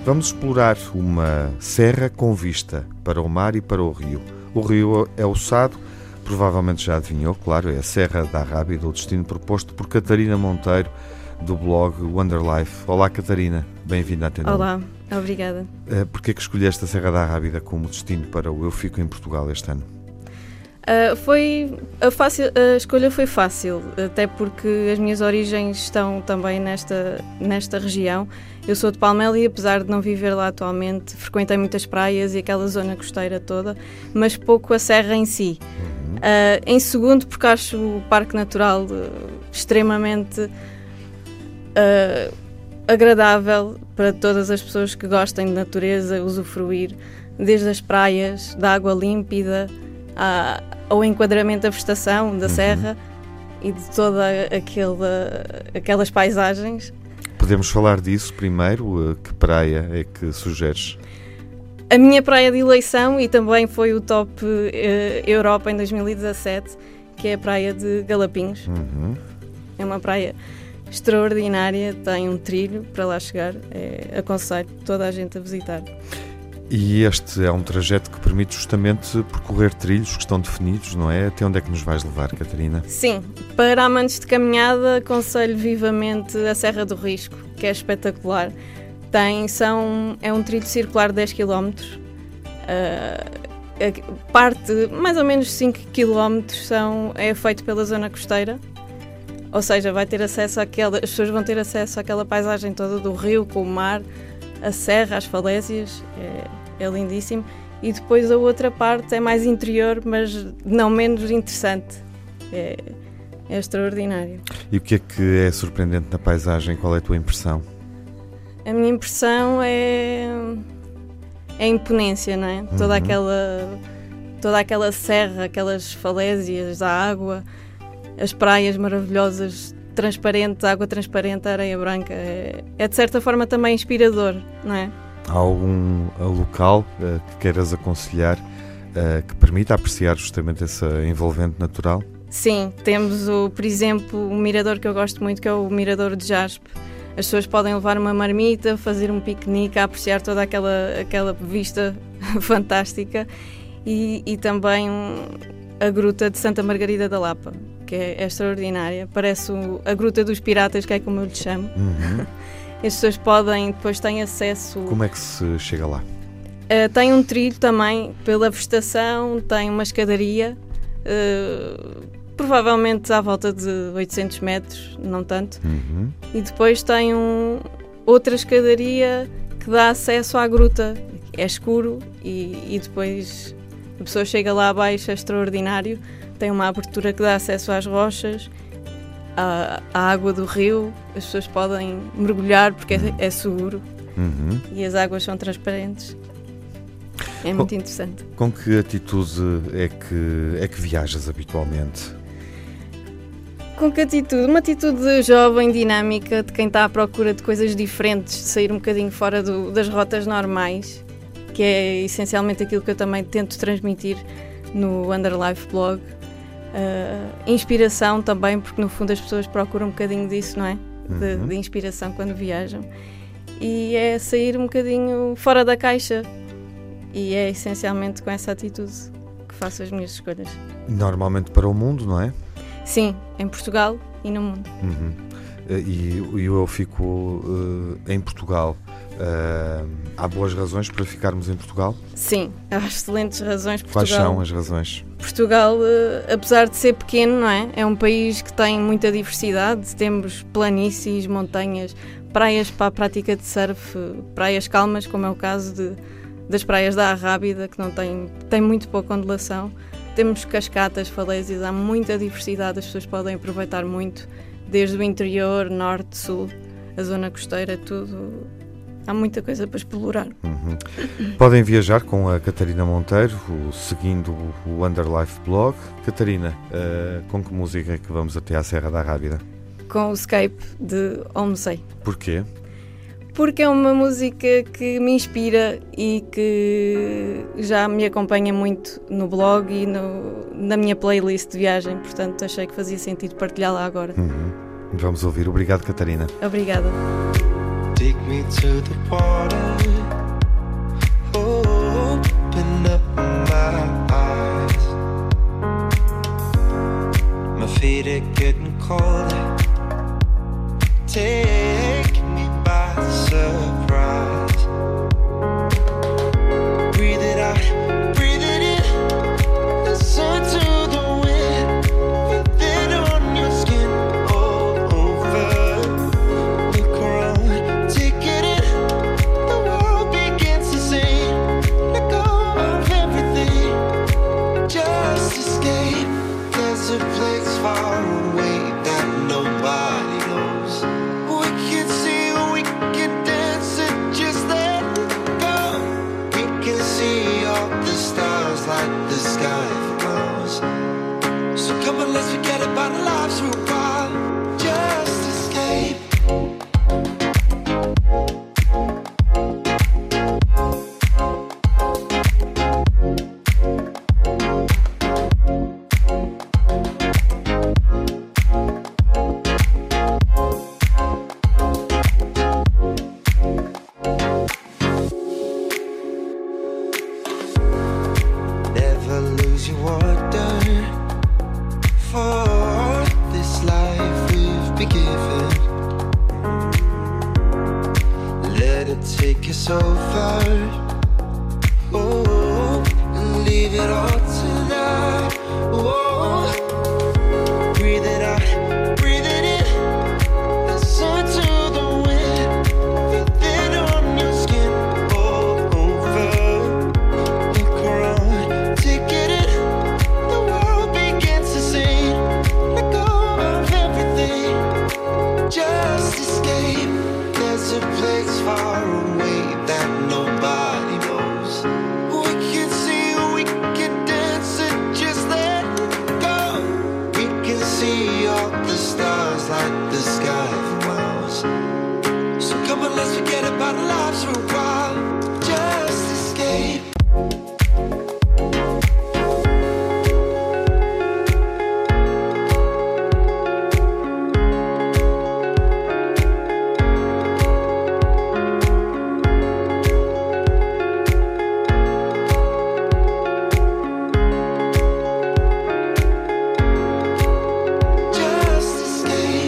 Vamos explorar uma serra com vista para o mar e para o rio. O rio é o Sado, provavelmente já adivinhou, claro, é a Serra da Rábida, o destino proposto por Catarina Monteiro, do blog Wanderlife. Olá, Catarina, bem-vinda à Antena 1. Olá, obrigada. Porquê que escolheste a Serra da Rábida como destino para o Eu Fico em Portugal este ano? A escolha foi fácil, até porque as minhas origens estão também nesta região. Eu sou de Palmela e, apesar de não viver lá atualmente, frequentei muitas praias e aquela zona costeira toda, mas pouco a serra em si. Em segundo, porque acho o Parque Natural extremamente agradável para todas as pessoas que gostem de natureza, usufruir, desde as praias, da água límpida, ao enquadramento da vegetação da serra e de todas aquelas paisagens. Podemos falar disso primeiro? Que praia é que sugeres? A minha praia de eleição, e também foi o top Europa em 2017, que é a praia de Galapinhos. É uma praia extraordinária, tem um trilho para lá chegar, aconselho toda a gente a visitar. E este é um trajeto que permite justamente percorrer trilhos que estão definidos, não é? Até onde é que nos vais levar, Catarina? Sim, para amantes de caminhada, aconselho vivamente a Serra do Risco, que é espetacular. É um trilho circular de 10 km, parte mais ou menos 5 km é feito pela zona costeira, ou seja, as pessoas vão ter acesso àquela paisagem toda do rio, com o mar, a serra, as falésias, é lindíssimo. E depois a outra parte é mais interior, mas não menos interessante, é extraordinário. E o que é surpreendente na paisagem? Qual é a tua impressão? A minha impressão é a imponência, não é? Toda aquela serra, aquelas falésias, a água, as praias maravilhosas, transparentes, água transparente, areia branca, é de certa forma também inspirador, não é? Há algum local que queiras aconselhar que permita apreciar justamente esse envolvente natural? Sim, temos, por exemplo, um mirador que eu gosto muito, que é o Mirador de Jaspe. As pessoas podem levar uma marmita, fazer um piquenique, a apreciar toda aquela vista fantástica, e também a Gruta de Santa Margarida da Lapa, que é extraordinária. Parece a Gruta dos Piratas, que é como eu lhe chamo. As pessoas depois têm acesso... Como é que se chega lá? Tem um trilho também pela vegetação, tem uma escadaria, provavelmente à volta de 800 metros, não tanto. E depois tem outra escadaria que dá acesso à gruta. É escuro e depois a pessoa chega lá abaixo, é extraordinário. Tem uma abertura que dá acesso às rochas, à água do rio. As pessoas podem mergulhar porque é seguro e as águas são transparentes. É muito interessante. Com que atitude é que viajas habitualmente? Com que atitude? Uma atitude jovem, dinâmica, de quem está à procura de coisas diferentes, de sair um bocadinho fora das rotas normais, que é essencialmente aquilo que eu também tento transmitir no Wanderlife blog. Inspiração também, porque no fundo as pessoas procuram um bocadinho disso, não é? De inspiração quando viajam. E é sair um bocadinho fora da caixa. E é essencialmente com essa atitude que faço as minhas escolhas. Normalmente para o mundo, não é? Sim, em Portugal e no mundo. E eu fico em Portugal. Há boas razões para ficarmos em Portugal? Sim, há excelentes razões. Quais são as razões? Portugal, apesar de ser pequeno, não é? É um país que tem muita diversidade. Temos planícies, montanhas, praias para a prática de surf, praias calmas, como é o caso das praias da Arrábida, que tem muito pouca ondulação. Temos cascatas, falésias, há muita diversidade, as pessoas podem aproveitar muito, desde o interior, norte, sul, a zona costeira, tudo. Há muita coisa para explorar. Podem viajar com a Catarina Monteiro, seguindo o Wanderlife blog. Catarina, com que música é que vamos até à Serra da Rábida? Com o Escape de Olmecei. Porquê? Porque é uma música que me inspira e que já me acompanha muito no blog e na minha playlist de viagem, portanto achei que fazia sentido partilhá-la agora. Vamos ouvir. Obrigado, Catarina. Obrigada. Take me to the water. Open up my eyes. My feet are getting colder. Take me by surprise. Breathe it out, breathe it in. Listen to the wind. Feel it on your skin all over. Look around, take it in. The world begins to sing. Let go of everything. Just escape. There's a place far away that nobody knows. We can see, we can dance and just let it go. We can see all the stars like the sky flows. So come on, let's forget about our lives for a while. Just escape. Never lose your wonder for this life we've been given. Let it take us over, oh, and leave it all tonight. Oh, breathe it out, breathe it in. Listen to the wind. Feel it on your skin all over. Look around, take it in. The world begins to sing. Let go of everything. Just escape. There's a place far away that nobody knows. We can see, we can dance and just let it go. We can see all the stars like the sky flows. So come on, let's forget about our lives for a while. Just escape. Just escape.